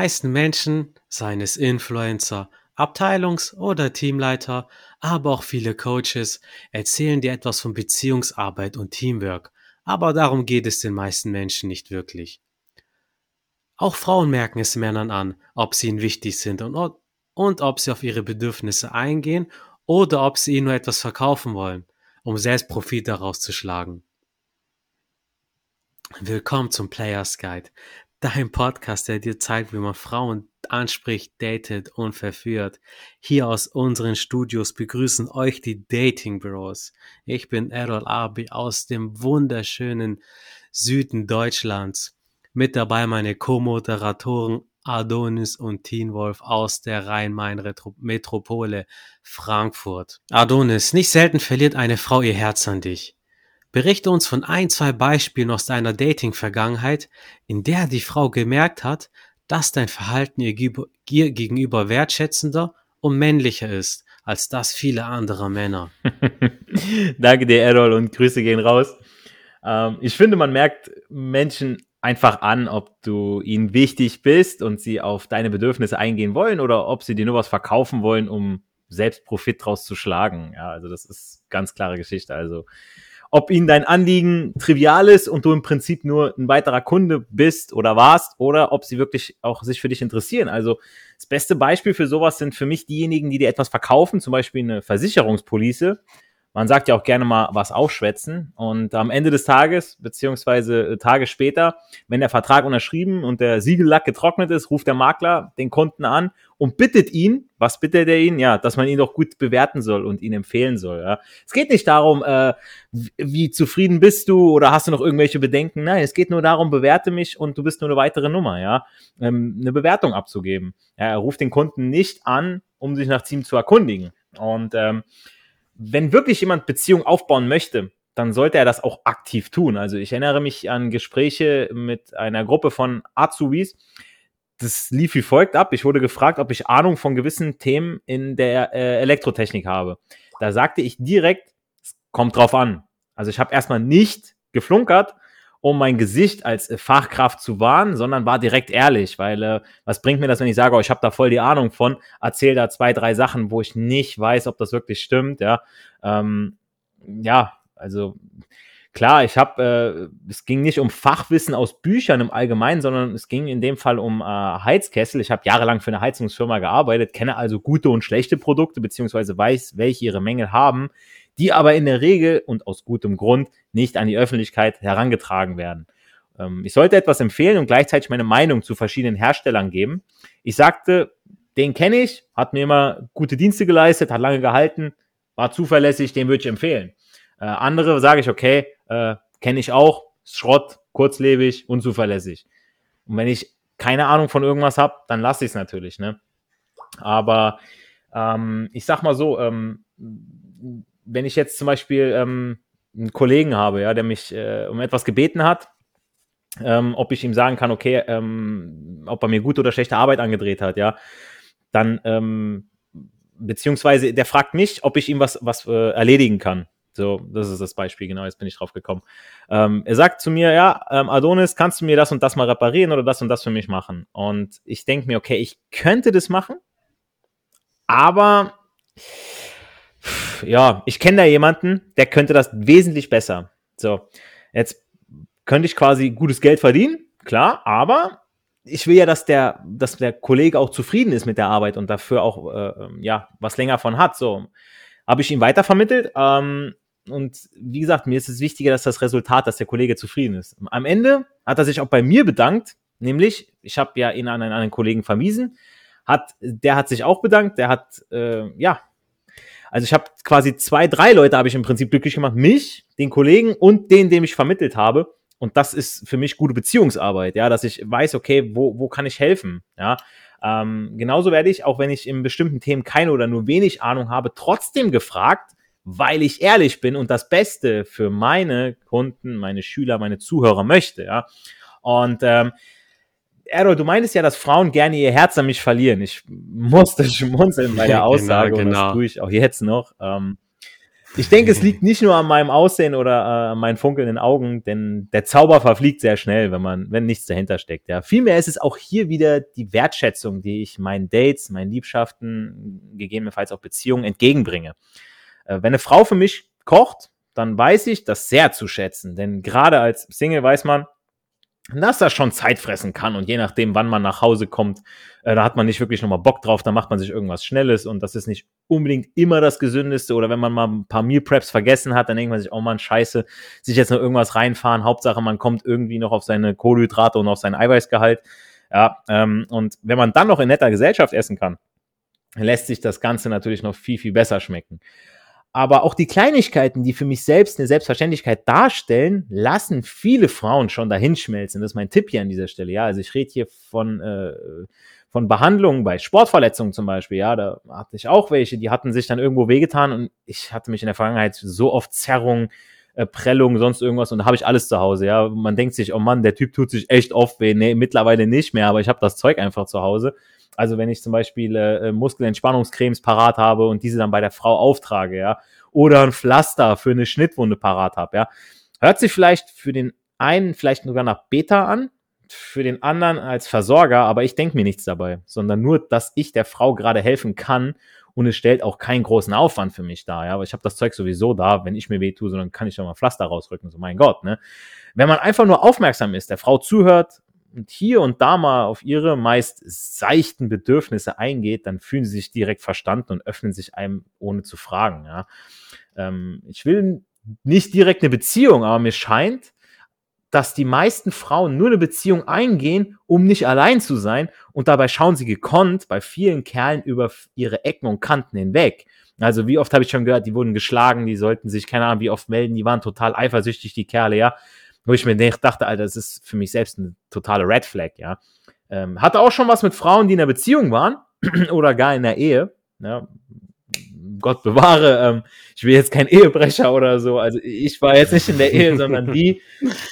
meisten Menschen, seien es Influencer, Abteilungs- oder Teamleiter, aber auch viele Coaches, erzählen dir etwas von Beziehungsarbeit und Teamwork. Aber darum geht es den meisten Menschen nicht wirklich. Auch Frauen merken es Männern an, ob sie ihnen wichtig sind und ob sie auf ihre Bedürfnisse eingehen oder ob sie ihnen nur etwas verkaufen wollen, um selbst Profit daraus zu schlagen. Willkommen zum Players Guide, dein Podcast, der dir zeigt, wie man Frauen anspricht, datet und verführt. Hier aus unseren Studios begrüßen euch die Dating Bros. Ich bin Errol Abi aus dem wunderschönen Süden Deutschlands. Mit dabei meine Co-Moderatoren Adonis und Teen Wolf aus der Rhein-Main-Metropole Frankfurt. Adonis, nicht selten verliert eine Frau ihr Herz an dich. Berichte uns von ein, zwei Beispielen aus deiner Dating-Vergangenheit, in der die Frau gemerkt hat, dass dein Verhalten ihr gegenüber wertschätzender und männlicher ist, als das vieler anderer Männer. Danke dir, Errol, und Grüße gehen raus. Ich finde, man merkt Menschen einfach an, ob du ihnen wichtig bist und sie auf deine Bedürfnisse eingehen wollen oder ob sie dir nur was verkaufen wollen, um selbst Profit draus zu schlagen. Ja, also das ist ganz klare Geschichte. Also ob ihnen dein Anliegen trivial ist und du im Prinzip nur ein weiterer Kunde bist oder warst oder ob sie wirklich auch sich für dich interessieren. Also das beste Beispiel für sowas sind für mich diejenigen, die dir etwas verkaufen, zum Beispiel eine Versicherungspolice. Man sagt ja auch gerne mal was aufschwätzen und am Ende des Tages, beziehungsweise Tage später, wenn der Vertrag unterschrieben und der Siegellack getrocknet ist, ruft der Makler den Kunden an und bittet ihn, was bittet er ihn? Ja, dass man ihn doch gut bewerten soll und ihn empfehlen soll. Ja. Es geht nicht darum, wie zufrieden bist du oder hast du noch irgendwelche Bedenken? Nein, es geht nur darum, bewerte mich und du bist nur eine weitere Nummer, ja, eine Bewertung abzugeben. Ja, er ruft den Kunden nicht an, um sich nach Team zu erkundigen. Und wenn wirklich jemand Beziehung aufbauen möchte, dann sollte er das auch aktiv tun. Also ich erinnere mich an Gespräche mit einer Gruppe von Azubis. Das lief wie folgt ab. Ich wurde gefragt, ob ich Ahnung von gewissen Themen in der Elektrotechnik habe. Da sagte ich direkt, es kommt drauf an. Also ich habe erstmal nicht geflunkert, um mein Gesicht als Fachkraft zu wahren, sondern war direkt ehrlich, weil was bringt mir das, wenn ich sage, oh, ich habe da voll die Ahnung von, erzähle da 2, 3 Sachen, wo ich nicht weiß, ob das wirklich stimmt, ja. Ja, also klar, es ging nicht um Fachwissen aus Büchern im Allgemeinen, sondern es ging in dem Fall um Heizkessel. Ich habe jahrelang für eine Heizungsfirma gearbeitet, kenne also gute und schlechte Produkte, beziehungsweise weiß, welche ihre Mängel haben, die aber in der Regel und aus gutem Grund nicht an die Öffentlichkeit herangetragen werden. Ich sollte etwas empfehlen und gleichzeitig meine Meinung zu verschiedenen Herstellern geben. Ich sagte, den kenne ich, hat mir immer gute Dienste geleistet, hat lange gehalten, war zuverlässig, den würde ich empfehlen. Andere sage ich, okay, kenne ich auch, Schrott, kurzlebig, unzuverlässig. Und wenn ich keine Ahnung von irgendwas habe, dann lasse ich es natürlich, ne? Aber ich sag mal so, wenn ich jetzt zum Beispiel einen Kollegen habe, ja, der mich um etwas gebeten hat, ob ich ihm sagen kann, okay, ob er mir gute oder schlechte Arbeit angedreht hat, ja, dann beziehungsweise der fragt mich, ob ich ihm was erledigen kann. So, das ist das Beispiel, genau, jetzt bin ich drauf gekommen. Er sagt zu mir, ja, Adonis, kannst du mir das und das mal reparieren oder das und das für mich machen? Und ich denke mir, okay, ich könnte das machen, aber ja, ich kenne da jemanden, der könnte das wesentlich besser. So, jetzt könnte ich quasi gutes Geld verdienen, klar, aber ich will ja, dass der Kollege auch zufrieden ist mit der Arbeit und dafür auch ja, was länger von hat. So, habe ich ihm weitervermittelt. Und wie gesagt, mir ist es wichtiger, dass das Resultat, dass der Kollege zufrieden ist. Am Ende hat er sich auch bei mir bedankt, nämlich, ich habe ja ihn an einen Kollegen verwiesen, der hat sich auch bedankt, der hat, ja, also ich habe quasi 2, 3 Leute habe ich im Prinzip glücklich gemacht, mich, den Kollegen und den, dem ich vermittelt habe. Und das ist für mich gute Beziehungsarbeit, ja, dass ich weiß, okay, wo kann ich helfen, ja. Genauso werde ich, auch wenn ich in bestimmten Themen keine oder nur wenig Ahnung habe, trotzdem gefragt, weil ich ehrlich bin und das Beste für meine Kunden, meine Schüler, meine Zuhörer möchte, ja. Und Errol, du meintest ja, dass Frauen gerne ihr Herz an mich verlieren. Ich musste schmunzeln bei der Aussage und das tue ich auch jetzt noch. Ich denke, es liegt nicht nur an meinem Aussehen oder an meinen funkelnden Augen, denn der Zauber verfliegt sehr schnell, wenn nichts dahinter steckt. Ja. Vielmehr ist es auch hier wieder die Wertschätzung, die ich meinen Dates, meinen Liebschaften, gegebenenfalls auch Beziehungen entgegenbringe. Wenn eine Frau für mich kocht, dann weiß ich das sehr zu schätzen, denn gerade als Single weiß man, dass das schon Zeit fressen kann und je nachdem, wann man nach Hause kommt, da hat man nicht wirklich nochmal Bock drauf, da macht man sich irgendwas Schnelles und das ist nicht unbedingt immer das Gesündeste oder wenn man mal ein paar Meal Preps vergessen hat, dann denkt man sich, oh Mann, scheiße, sich jetzt noch irgendwas reinfahren, Hauptsache man kommt irgendwie noch auf seine Kohlenhydrate und auf seinen Eiweißgehalt, ja, und wenn man dann noch in netter Gesellschaft essen kann, lässt sich das Ganze natürlich noch viel, viel besser schmecken. Aber auch die Kleinigkeiten, die für mich selbst eine Selbstverständlichkeit darstellen, lassen viele Frauen schon dahinschmelzen. Das ist mein Tipp hier an dieser Stelle. Ja, also ich rede hier von Behandlungen bei Sportverletzungen zum Beispiel. Ja, da hatte ich auch welche, die hatten sich dann irgendwo wehgetan und ich hatte mich in der Vergangenheit so oft Zerrungen, Prellungen, sonst irgendwas und da habe ich alles zu Hause. Ja, man denkt sich, oh Mann, der Typ tut sich echt oft weh. Nee, mittlerweile nicht mehr, aber ich habe das Zeug einfach zu Hause. Also wenn ich zum Beispiel Muskelentspannungscremes parat habe und diese dann bei der Frau auftrage, ja, oder ein Pflaster für eine Schnittwunde parat habe, ja, hört sich vielleicht für den einen vielleicht sogar nach Beta an, für den anderen als Versorger, aber ich denke mir nichts dabei, sondern nur, dass ich der Frau gerade helfen kann und es stellt auch keinen großen Aufwand für mich dar, ja, aber ich habe das Zeug sowieso da, wenn ich mir weh tue, sondern kann ich doch mal Pflaster rausrücken, so mein Gott, ne. Wenn man einfach nur aufmerksam ist, der Frau zuhört, und hier und da mal auf ihre meist seichten Bedürfnisse eingeht, dann fühlen sie sich direkt verstanden und öffnen sich einem ohne zu fragen. Ja. Ich will nicht direkt eine Beziehung, aber mir scheint, dass die meisten Frauen nur eine Beziehung eingehen, um nicht allein zu sein und dabei schauen sie gekonnt bei vielen Kerlen über ihre Ecken und Kanten hinweg. Also wie oft habe ich schon gehört, die wurden geschlagen, die sollten sich, keine Ahnung, wie oft melden, die waren total eifersüchtig, die Kerle, ja. Wo ich mir dachte, Alter, das ist für mich selbst eine totale Red Flag, ja. Hatte auch schon was mit Frauen, die in einer Beziehung waren oder gar in der Ehe, ja. Gott bewahre, ich will jetzt kein Ehebrecher oder so, also ich war jetzt nicht in der Ehe, sondern die,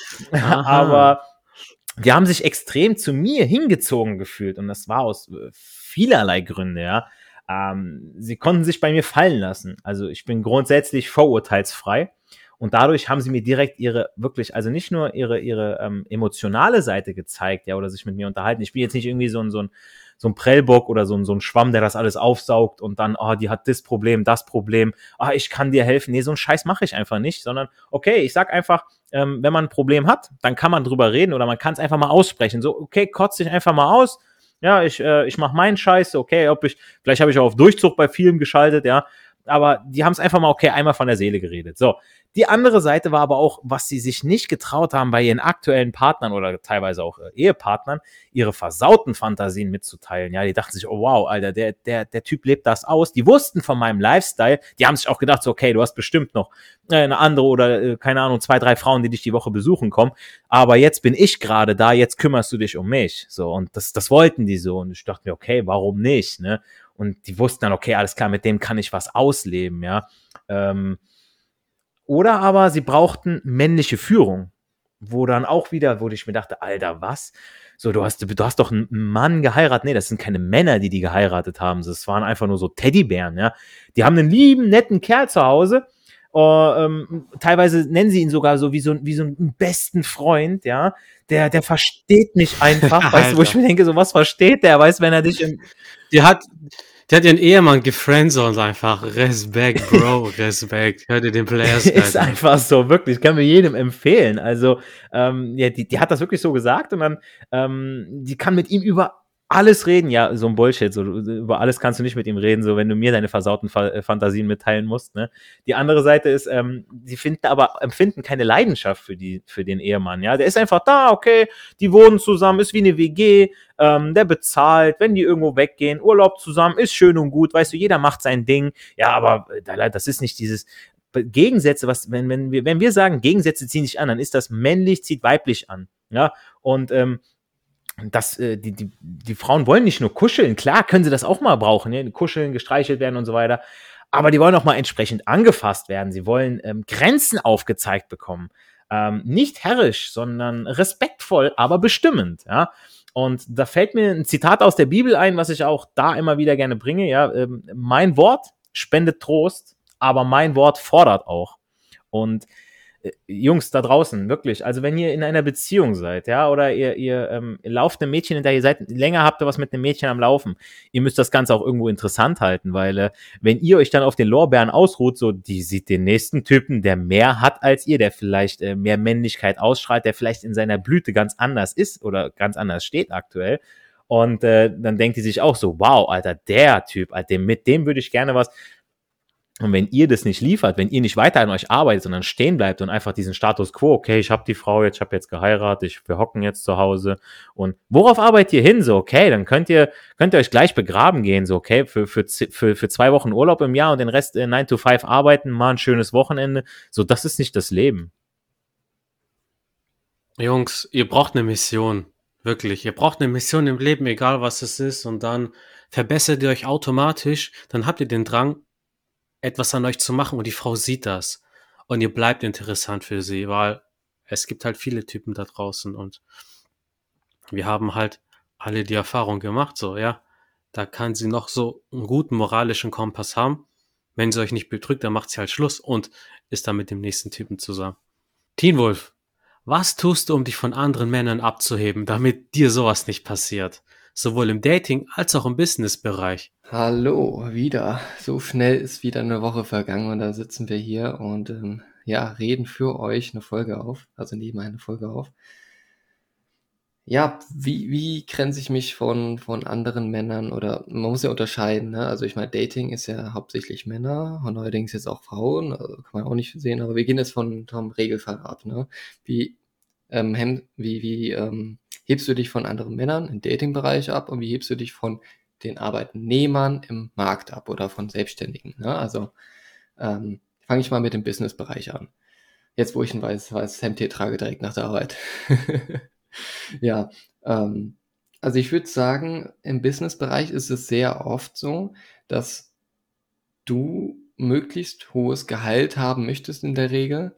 aber die haben sich extrem zu mir hingezogen gefühlt und das war aus vielerlei Gründe, ja. Sie konnten sich bei mir fallen lassen, also ich bin grundsätzlich vorurteilsfrei. Und dadurch haben sie mir direkt ihre wirklich, also nicht nur ihre emotionale Seite gezeigt, ja, oder sich mit mir unterhalten. Ich bin jetzt nicht irgendwie so ein Prellbock oder so ein Schwamm, der das alles aufsaugt und dann, die hat das Problem, ich kann dir helfen. Nee, so einen Scheiß mache ich einfach nicht, sondern okay, ich sag einfach, wenn man ein Problem hat, dann kann man drüber reden oder man kann es einfach mal aussprechen. So, okay, kotz dich einfach mal aus. Ja, ich mache meinen Scheiß, okay, vielleicht habe ich auch auf Durchzug bei vielen geschaltet, ja, aber die haben es einfach mal, okay, einmal von der Seele geredet. So, die andere Seite war aber auch, was sie sich nicht getraut haben, bei ihren aktuellen Partnern oder teilweise auch Ehepartnern, ihre versauten Fantasien mitzuteilen. Ja, die dachten sich, oh wow, Alter, der Typ lebt das aus. Die wussten von meinem Lifestyle, die haben sich auch gedacht, so, okay, du hast bestimmt noch eine andere oder, keine Ahnung, 2, 3 Frauen, die dich die Woche besuchen kommen. Aber jetzt bin ich gerade da, jetzt kümmerst du dich um mich. So, und das wollten die so. Und ich dachte mir, okay, warum nicht, ne? Und die wussten dann, okay, alles klar, mit dem kann ich was ausleben, ja. Oder aber sie brauchten männliche Führung, wo ich mir dachte, Alter, was? So, du hast doch einen Mann geheiratet. Nee, das sind keine Männer, die geheiratet haben. Das waren einfach nur so Teddybären, ja. Die haben einen lieben, netten Kerl zu Hause. Teilweise nennen sie ihn sogar so wie so einen besten Freund, ja. Der versteht mich einfach, weißt du, wo ich mir denke, so was versteht der? Weißt, wenn er dich Die hat ihren Ehemann gefriendzoned einfach. Respekt, Bro, Respekt. Hör dir den Players ist einfach so, wirklich. Kann mir jedem empfehlen. Also, die hat das wirklich so gesagt und dann, die kann mit ihm über alles reden, ja, so ein Bullshit, so über alles kannst du nicht mit ihm reden, so wenn du mir deine versauten Fantasien mitteilen musst, ne? Die andere Seite ist, sie empfinden keine Leidenschaft für den Ehemann, ja, der ist einfach da, okay, die wohnen zusammen, ist wie eine WG, der bezahlt, wenn die irgendwo weggehen, Urlaub zusammen, ist schön und gut, weißt du, jeder macht sein Ding, ja, aber das ist nicht dieses Gegensätze, wenn wir sagen, Gegensätze ziehen sich an, dann ist das männlich zieht weiblich an, ja, und die Frauen wollen nicht nur kuscheln, klar können sie das auch mal brauchen, ne? Kuscheln, gestreichelt werden und so weiter, aber die wollen auch mal entsprechend angefasst werden, sie wollen Grenzen aufgezeigt bekommen, nicht herrisch, sondern respektvoll, aber bestimmend, ja, und da fällt mir ein Zitat aus der Bibel ein, was ich auch da immer wieder gerne bringe, ja, mein Wort spendet Trost, aber mein Wort fordert auch. Und Jungs da draußen, wirklich, also wenn ihr in einer Beziehung seid, ja, oder ihr lauft einem Mädchen hinterher, ihr seid länger, habt ihr was mit einem Mädchen am Laufen, ihr müsst das Ganze auch irgendwo interessant halten, weil wenn ihr euch dann auf den Lorbeeren ausruht, so, die sieht den nächsten Typen, der mehr hat als ihr, der vielleicht mehr Männlichkeit ausstrahlt, der vielleicht in seiner Blüte ganz anders ist oder ganz anders steht aktuell, und dann denkt die sich auch so, wow, Alter, der Typ, Alter, mit dem würde ich gerne was. Und wenn ihr das nicht liefert, wenn ihr nicht weiter an euch arbeitet, sondern stehen bleibt und einfach diesen Status quo, okay, ich habe die Frau jetzt, ich habe jetzt geheiratet, wir hocken jetzt zu Hause, und worauf arbeitet ihr hin? So, okay, dann könnt ihr euch gleich begraben gehen, so, okay, für 2 Wochen Urlaub im Jahr und den Rest 9 to 5 arbeiten, mal ein schönes Wochenende. So, das ist nicht das Leben. Jungs, ihr braucht eine Mission. Wirklich. Ihr braucht eine Mission im Leben, egal was es ist. Und dann verbessert ihr euch automatisch. Dann habt ihr den Drang, etwas an euch zu machen und die Frau sieht das. Und ihr bleibt interessant für sie, weil es gibt halt viele Typen da draußen und wir haben halt alle die Erfahrung gemacht, so, ja. Da kann sie noch so einen guten moralischen Kompass haben. Wenn sie euch nicht betrügt, dann macht sie halt Schluss und ist dann mit dem nächsten Typen zusammen. Teen Wolf, was tust du, um dich von anderen Männern abzuheben, damit dir sowas nicht passiert? Sowohl im Dating als auch im Businessbereich. Hallo, wieder. So schnell ist wieder eine Woche vergangen und dann sitzen wir hier und ja, reden für euch eine Folge auf, also nehmen eine Folge auf. Ja, wie grenze ich mich von anderen Männern oder man muss ja unterscheiden, ne? Also ich meine, Dating ist ja hauptsächlich Männer und neuerdings jetzt auch Frauen, also kann man auch nicht sehen, aber wir gehen jetzt vom Regelfall ab, ne? Wie, hebst du dich von anderen Männern im Datingbereich ab und wie hebst du dich von den Arbeitnehmern im Markt ab oder von Selbstständigen, ne? Also fange ich mal mit dem Businessbereich an. Jetzt, wo ich ein weißes Hemd hier trage, direkt nach der Arbeit. Ja, ähm, also ich würde sagen, im Businessbereich ist es sehr oft so, dass du möglichst hohes Gehalt haben möchtest in der Regel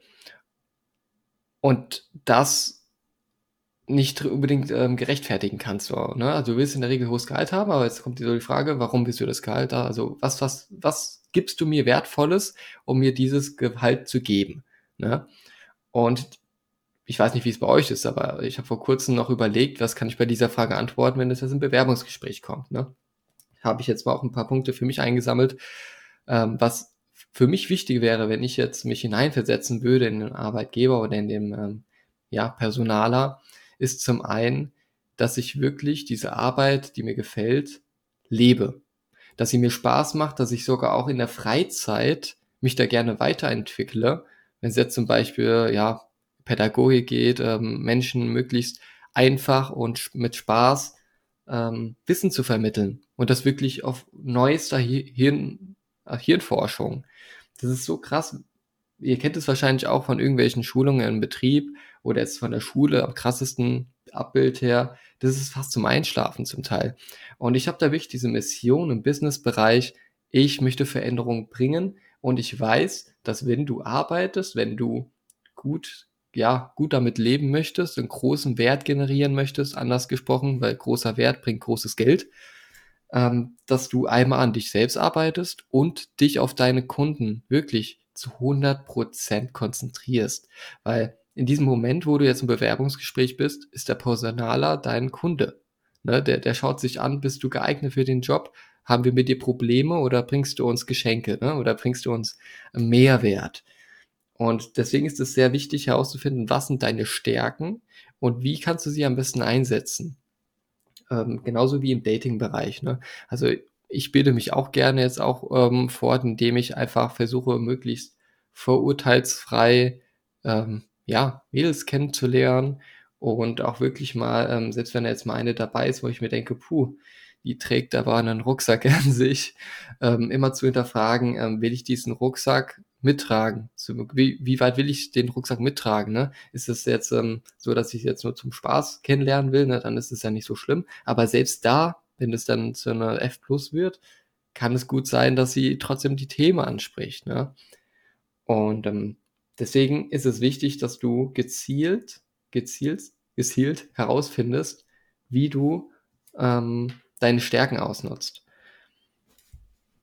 und das nicht unbedingt gerechtfertigen kannst. So, ne? Also du willst in der Regel hohes Gehalt haben, aber jetzt kommt so die Frage, warum willst du das Gehalt da? Also was gibst du mir Wertvolles, um mir dieses Gehalt zu geben? Ne? Und ich weiß nicht, wie es bei euch ist, aber ich habe vor Kurzem noch überlegt, was kann ich bei dieser Frage antworten, wenn es jetzt im Bewerbungsgespräch kommt. Ne? Habe ich jetzt mal auch ein paar Punkte für mich eingesammelt, was für mich wichtig wäre, wenn ich jetzt mich hineinversetzen würde in den Arbeitgeber oder in den ja, Personaler, ist zum einen, dass ich wirklich diese Arbeit, die mir gefällt, lebe. Dass sie mir Spaß macht, dass ich sogar auch in der Freizeit mich da gerne weiterentwickle. Wenn es jetzt zum Beispiel ja, Pädagogik geht, Menschen möglichst einfach und mit Spaß Wissen zu vermitteln und das wirklich auf neuester Hirnforschung. Das ist so krass. Ihr kennt es wahrscheinlich auch von irgendwelchen Schulungen im Betrieb oder jetzt von der Schule am krassesten Abbild her. Das ist fast zum Einschlafen zum Teil. Und ich habe da wirklich diese Mission im Businessbereich. Ich möchte Veränderungen bringen und ich weiß, dass wenn du arbeitest, wenn du gut gut damit leben möchtest, einen großen Wert generieren möchtest, anders gesprochen, weil großer Wert bringt großes Geld, dass du einmal an dich selbst arbeitest und dich auf deine Kunden wirklich zu 100% konzentrierst. Weil in diesem Moment, wo du jetzt im Bewerbungsgespräch bist, ist der Personaler dein Kunde. Ne? Der schaut sich an, bist du geeignet für den Job? Haben wir mit dir Probleme oder bringst du uns Geschenke, ne? Oder bringst du uns Mehrwert? Und deswegen ist es sehr wichtig herauszufinden, was sind deine Stärken und wie kannst du sie am besten einsetzen. Genauso wie im Dating-Bereich. Ne? Also ich bilde mich auch gerne jetzt auch fort, indem ich einfach versuche, möglichst vorurteilsfrei ja, Mädels kennenzulernen und auch wirklich mal, selbst wenn da jetzt mal eine dabei ist, wo ich mir denke, puh, die trägt aber einen Rucksack an sich, immer zu hinterfragen, will ich diesen Rucksack mittragen? Wie weit will ich den Rucksack mittragen? Ne? Ist es jetzt so, dass ich jetzt nur zum Spaß kennenlernen will? Ne? Dann ist es ja nicht so schlimm. Aber selbst da, wenn es dann zu einer F plus wird, kann es gut sein, dass sie trotzdem die Themen anspricht. Ne? Und deswegen ist es wichtig, dass du gezielt, gezielt herausfindest, wie du deine Stärken ausnutzt.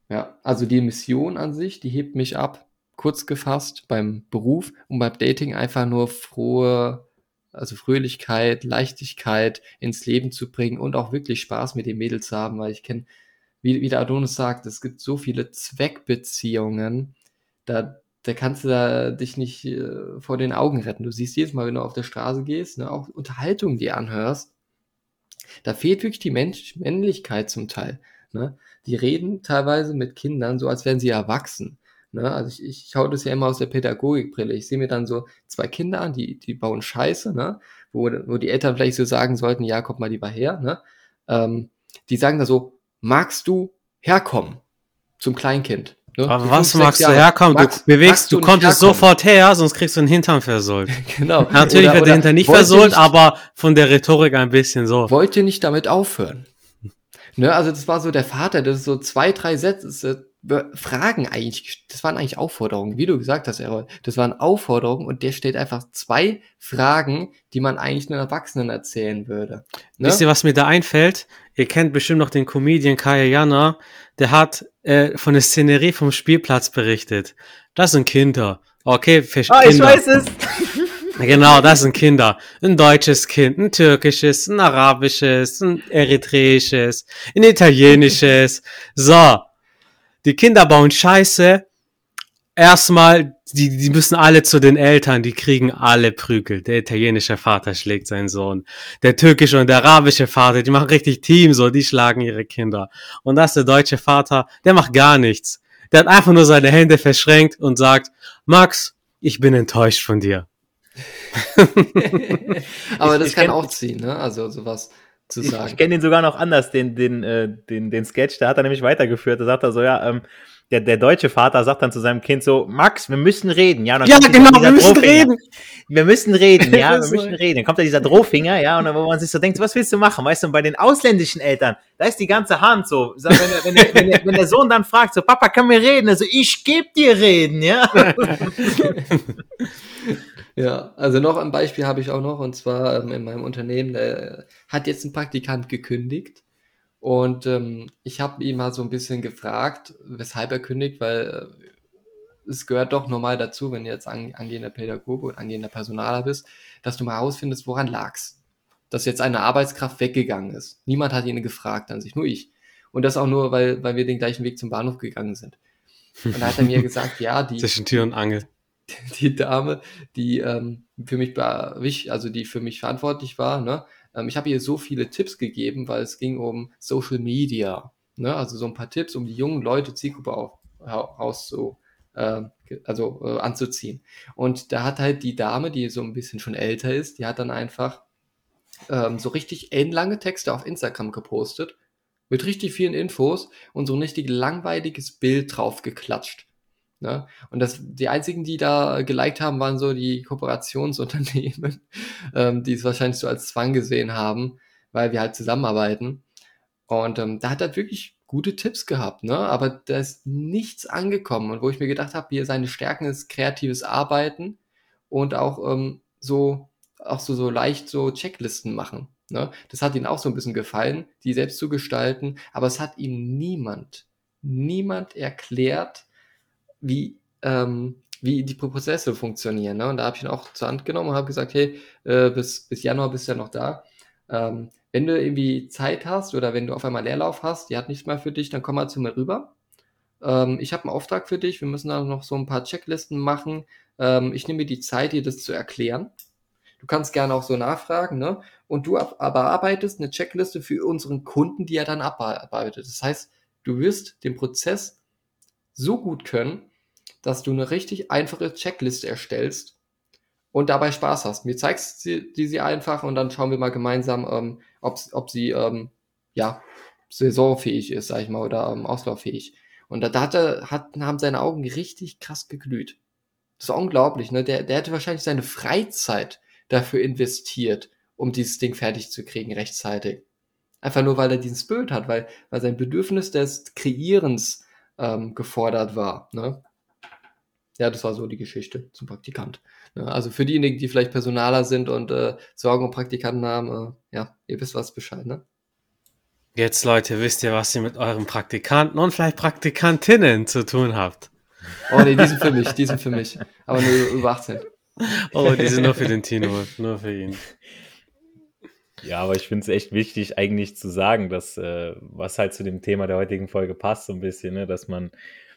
Ja, also die Mission an sich, die hebt mich ab, kurz gefasst, beim Beruf und beim Dating einfach nur Fröhlichkeit, Leichtigkeit ins Leben zu bringen und auch wirklich Spaß mit den Mädels zu haben, weil ich kenne, wie der Adonis sagt, es gibt so viele Zweckbeziehungen, da kannst du dich nicht vor den Augen retten. Du siehst jedes Mal, wenn du auf der Straße gehst, ne, auch Unterhaltungen, die anhörst, da fehlt wirklich die Männlichkeit zum Teil. Ne? Die reden teilweise mit Kindern so, als wären sie erwachsen. Ne? Also ich schaue das ja immer aus der Pädagogikbrille. Ich sehe mir dann so zwei Kinder an, die bauen Scheiße, ne? Wo die Eltern vielleicht so sagen sollten, ja, kommt mal lieber her. Ne? Die sagen da so, magst du herkommen zum Kleinkind? Ne? Aber So was 5, 6 magst du Jahre. herkommen? Magst Du du nicht kommst herkommen? sofort her, sonst kriegst du den Hintern versohlt. Genau. Natürlich wird der Hintern nicht wollt ihr versohlt, nicht- aber von der Rhetorik ein bisschen so. Wollt ihr nicht damit aufhören? Ne, also das war so der Vater, das ist so 2, 3 Sätze, Fragen eigentlich, das waren eigentlich Aufforderungen, wie du gesagt hast, Errol. Das waren Aufforderungen und der stellt einfach 2 Fragen, die man eigentlich einem Erwachsenen erzählen würde. Wisst ihr, Ne? was mir da einfällt? Ihr kennt bestimmt noch den Comedian Kaya Jana. Der hat von der Szenerie vom Spielplatz berichtet. Das sind Kinder. Okay, Ah, ich Kinder. weiß es. Genau, das sind Kinder. Ein deutsches Kind, ein türkisches, ein arabisches, ein eritreisches, ein italienisches. So, die Kinder bauen Scheiße. Erstmal, die müssen alle zu den Eltern, die kriegen alle Prügel. Der italienische Vater schlägt seinen Sohn. Der türkische und der arabische Vater, die machen richtig Team, so, die schlagen ihre Kinder. Und das ist der deutsche Vater, der macht gar nichts. Der hat einfach nur seine Hände verschränkt und sagt, Max, ich bin enttäuscht von dir. Aber das ich kann kenn- auch ziehen, ne? Also sowas zu Ich sagen. kenne den sogar noch anders, den Sketch, der hat er nämlich weitergeführt. Da sagt er so, ja, der deutsche Vater sagt dann zu seinem Kind so, Max, wir müssen reden, ja. Und dann Ja, kommt genau, dieser wir müssen Drohfinger. reden. Wir müssen reden, ja, wir Das müssen war- reden. Dann kommt da dieser Drohfinger, ja, und dann, wo man sich so denkt, was willst du machen? Weißt du, und bei den ausländischen Eltern, da ist die ganze Hand so. Wenn der Sohn dann fragt, so, Papa, kann mir reden? Also, ich geb dir reden, ja. Ja, also noch ein Beispiel habe ich auch noch, und zwar in meinem Unternehmen, hat jetzt ein Praktikant gekündigt. Und ich habe ihn mal so ein bisschen gefragt, weshalb er kündigt, weil es gehört doch normal dazu, wenn du jetzt angehender Pädagoge oder angehender Personaler bist, dass du mal herausfindest, woran lag's. Dass jetzt eine Arbeitskraft weggegangen ist. Niemand hat ihn gefragt an sich, nur ich. Und das auch nur, weil wir den gleichen Weg zum Bahnhof gegangen sind. Und da hat er mir gesagt, ja, Zwischen Tür und Angel. die Dame, die für mich also die für mich verantwortlich war, ne? Ich habe ihr so viele Tipps gegeben, weil es ging um Social Media, ne? Also so ein paar Tipps, um die jungen Leute Zielgruppe anzuziehen. Und da hat halt die Dame, die so ein bisschen schon älter ist, die hat dann einfach so richtig ellenlange Texte auf Instagram gepostet mit richtig vielen Infos und so ein richtig langweiliges Bild drauf geklatscht. Ne? Und die einzigen, die da geliked haben, waren so die Kooperationsunternehmen, die es wahrscheinlich so als Zwang gesehen haben, weil wir halt zusammenarbeiten. Und da hat er wirklich gute Tipps gehabt, ne? Aber da ist nichts angekommen. Und wo ich mir gedacht habe, hier seine Stärken ist kreatives Arbeiten und auch so leicht so Checklisten machen. Ne? Das hat ihm auch so ein bisschen gefallen, die selbst zu gestalten, aber es hat ihm niemand erklärt, wie die Prozesse funktionieren. Ne? Und da habe ich ihn auch zur Hand genommen und habe gesagt, hey, bis Januar bist du ja noch da. Wenn du irgendwie Zeit hast oder wenn du auf einmal Leerlauf hast, die hat nichts mehr für dich, dann komm mal zu mir rüber. Ich habe einen Auftrag für dich, wir müssen da noch so ein paar Checklisten machen. Ich nehme mir die Zeit, dir das zu erklären. Du kannst gerne auch so nachfragen, ne? Und du bearbeitest eine Checkliste für unseren Kunden, die er dann abarbeitet. Das heißt, du wirst den Prozess so gut können, dass du eine richtig einfache Checkliste erstellst und dabei Spaß hast. Mir zeigst sie einfach und dann schauen wir mal gemeinsam, ob sie ja, saisonfähig ist, sag ich mal, oder auslauffähig. Und haben seine Augen richtig krass geglüht. Das ist unglaublich, ne? Der hätte wahrscheinlich seine Freizeit dafür investiert, um dieses Ding fertig zu kriegen rechtzeitig. Einfach nur, weil er diesen Spirit hat, weil sein Bedürfnis des Kreierens gefordert war. Ne? Ja, das war so die Geschichte zum Praktikant. Ne? Also für diejenigen, die vielleicht Personaler sind und Sorgen um Praktikanten haben, ja, ihr wisst was Bescheid, ne? Jetzt, Leute, wisst ihr, was ihr mit euren Praktikanten und vielleicht Praktikantinnen zu tun habt. Oh nee, die sind für mich. Aber nur über 18. Oh, die sind nur für den Tino, nur für ihn. Ja, aber ich finde es echt wichtig, eigentlich zu sagen, dass, was halt zu dem Thema der heutigen Folge passt, so ein bisschen, ne, dass man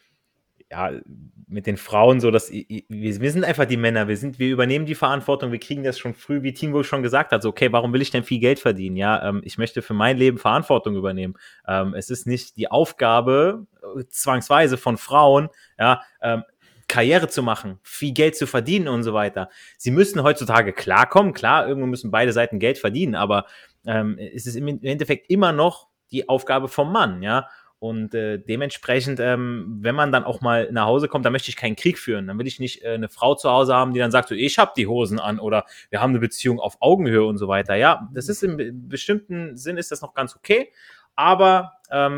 ja mit den Frauen so, dass wir sind einfach die Männer, wir übernehmen die Verantwortung, wir kriegen das schon früh, wie Timo schon gesagt hat, so, okay, warum will ich denn viel Geld verdienen? Ja, ich möchte für mein Leben Verantwortung übernehmen. Es ist nicht die Aufgabe, zwangsweise von Frauen, ja, Karriere zu machen, viel Geld zu verdienen und so weiter. Sie müssen heutzutage klarkommen, klar, irgendwo müssen beide Seiten Geld verdienen, aber es ist im Endeffekt immer noch die Aufgabe vom Mann, ja. Und dementsprechend, wenn man dann auch mal nach Hause kommt, dann möchte ich keinen Krieg führen. Dann will ich nicht eine Frau zu Hause haben, die dann sagt, so, ich habe die Hosen an oder wir haben eine Beziehung auf Augenhöhe und so weiter. Ja, das ist im bestimmten Sinn ist das noch ganz okay, aber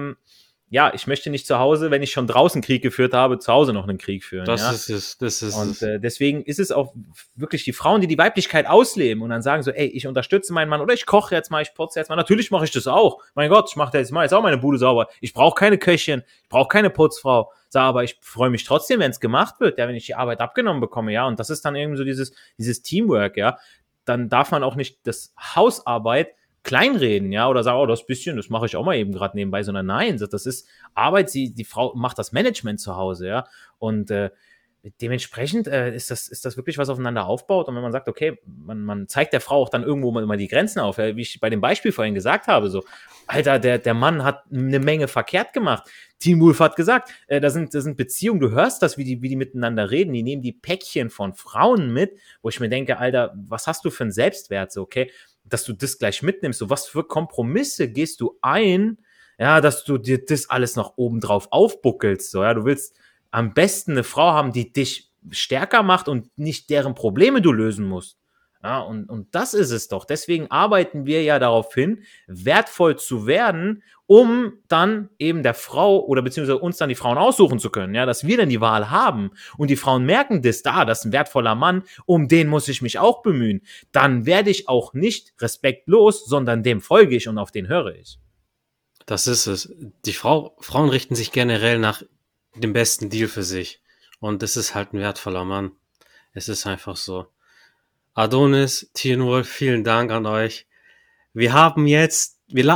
ja, ich möchte nicht zu Hause, wenn ich schon draußen Krieg geführt habe, zu Hause noch einen Krieg führen. Das ist es. Und deswegen ist es auch wirklich die Frauen, die die Weiblichkeit ausleben und dann sagen so, ey, ich unterstütze meinen Mann oder ich koche jetzt mal, ich putze jetzt mal. Natürlich mache ich das auch. Mein Gott, ich mache jetzt auch meine Bude sauber. Ich brauche keine Köchin, ich brauche keine Putzfrau. Aber ich freue mich trotzdem, wenn es gemacht wird, ja, wenn ich die Arbeit abgenommen bekomme, ja. Und das ist dann irgendwie so dieses Teamwork, ja. Dann darf man auch nicht das Hausarbeit kleinreden, ja, oder sagen, oh, das bisschen, das mache ich auch mal eben gerade nebenbei, sondern nein, das ist Arbeit, die Frau macht das Management zu Hause, ja, und dementsprechend ist das wirklich was aufeinander aufbaut und wenn man sagt, okay, man zeigt der Frau auch dann irgendwo mal die Grenzen auf, ja, wie ich bei dem Beispiel vorhin gesagt habe, so, Alter, der Mann hat eine Menge verkehrt gemacht. Teen Wolf hat gesagt, da sind Beziehungen, du hörst das, wie die miteinander reden, die nehmen die Päckchen von Frauen mit, wo ich mir denke, Alter, was hast du für einen Selbstwert, so, okay, dass du das gleich mitnimmst, so was für Kompromisse gehst du ein, ja, dass du dir das alles noch obendrauf aufbuckelst, so, ja, du willst am besten eine Frau haben, die dich stärker macht und nicht deren Probleme du lösen musst. Ja, und das ist es doch. Deswegen arbeiten wir ja darauf hin, wertvoll zu werden, um dann eben der Frau oder beziehungsweise uns dann die Frauen aussuchen zu können, ja, dass wir dann die Wahl haben und die Frauen merken das ist ein wertvoller Mann, um den muss ich mich auch bemühen. Dann werde ich auch nicht respektlos, sondern dem folge ich und auf den höre ich. Das ist es. Frauen richten sich generell nach dem besten Deal für sich und das ist halt ein wertvoller Mann. Es ist einfach so. Adonis, Teen Wolf, vielen Dank an euch. Wir haben jetzt,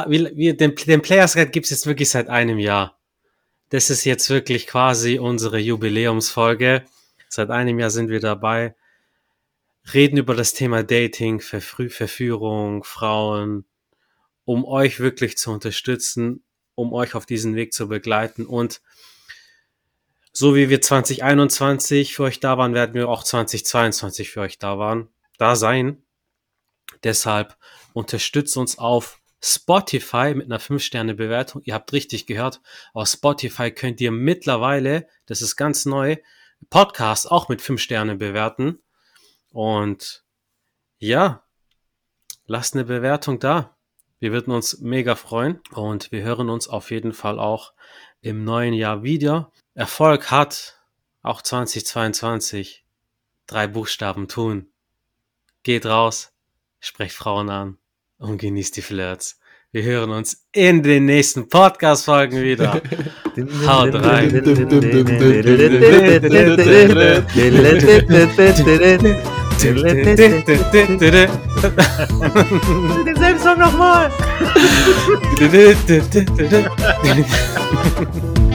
den Players Guide gibt es jetzt wirklich seit einem Jahr. Das ist jetzt wirklich quasi unsere Jubiläumsfolge. Seit einem Jahr sind wir dabei, reden über das Thema Dating, Verführung, Frauen, um euch wirklich zu unterstützen, um euch auf diesen Weg zu begleiten und so wie wir 2021 für euch da waren, werden wir auch 2022 für euch da sein. Deshalb unterstützt uns auf Spotify mit einer 5-Sterne-Bewertung. Ihr habt richtig gehört, auf Spotify könnt ihr mittlerweile, das ist ganz neu, Podcasts auch mit 5 Sterne bewerten. Und ja, lasst eine Bewertung da. Wir würden uns mega freuen und wir hören uns auf jeden Fall auch im neuen Jahr wieder. Erfolg hat auch 2022 3 Buchstaben tun. Geht raus, sprecht Frauen an und genießt die Flirts. Wir hören uns in den nächsten Podcast-Folgen wieder. Haut rein. Denselben Song nochmal.